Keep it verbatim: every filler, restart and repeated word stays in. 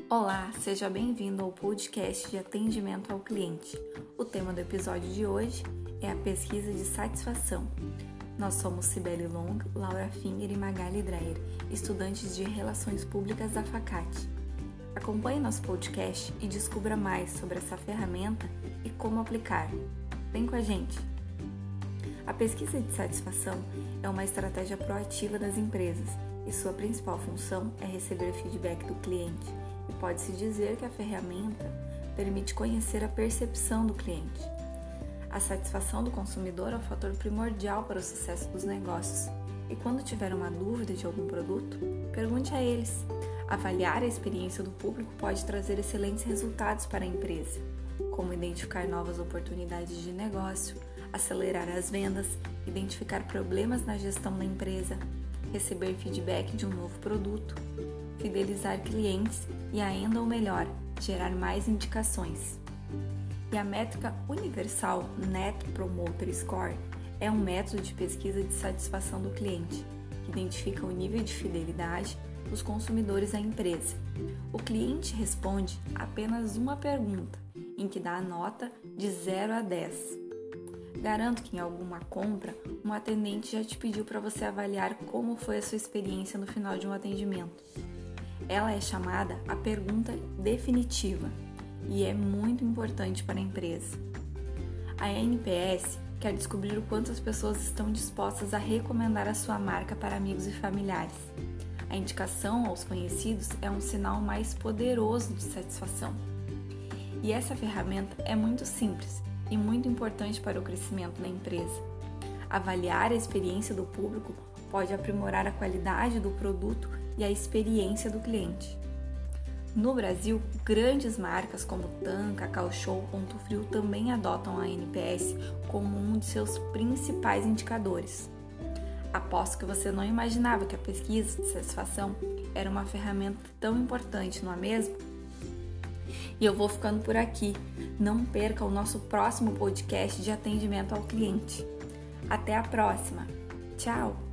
Olá, seja bem-vindo ao podcast de atendimento ao cliente. O tema do episódio de hoje é a pesquisa de satisfação. Nós somos Cibele Long, Laura Finger e Magali Dreyer, estudantes de Relações Públicas da Facate. Acompanhe nosso podcast e descubra mais sobre essa ferramenta e como aplicar. Vem com a gente! A pesquisa de satisfação é uma estratégia proativa das empresas e sua principal função é receber feedback do cliente. E pode-se dizer que a ferramenta permite conhecer a percepção do cliente. A satisfação do consumidor é um fator primordial para o sucesso dos negócios. E quando tiver uma dúvida de algum produto, pergunte a eles. Avaliar a experiência do público pode trazer excelentes resultados para a empresa, como identificar novas oportunidades de negócio, acelerar as vendas, identificar problemas na gestão da empresa, receber feedback de um novo produto, fidelizar clientes e ainda o melhor, gerar mais indicações. E a métrica universal Net Promoter Score é um método de pesquisa de satisfação do cliente, que identifica o nível de fidelidade dos consumidores à empresa. O cliente responde apenas uma pergunta, em que dá a nota de zero a dez. Garanto que em alguma compra, um atendente já te pediu para você avaliar como foi a sua experiência no final de um atendimento. Ela é chamada a pergunta definitiva e é muito importante para a empresa. A N P S quer descobrir o quanto as pessoas estão dispostas a recomendar a sua marca para amigos e familiares. A indicação aos conhecidos é um sinal mais poderoso de satisfação. E essa ferramenta é muito simples e muito importante para o crescimento da empresa. Avaliar a experiência do público pode aprimorar a qualidade do produto e a experiência do cliente. No Brasil, grandes marcas como TAM, Cacau Show, Ponto Frio também adotam a N P S como um de seus principais indicadores. Aposto que você não imaginava que a pesquisa de satisfação era uma ferramenta tão importante, não é mesmo? E eu vou ficando por aqui. Não perca o nosso próximo podcast de atendimento ao cliente. Até a próxima. Tchau!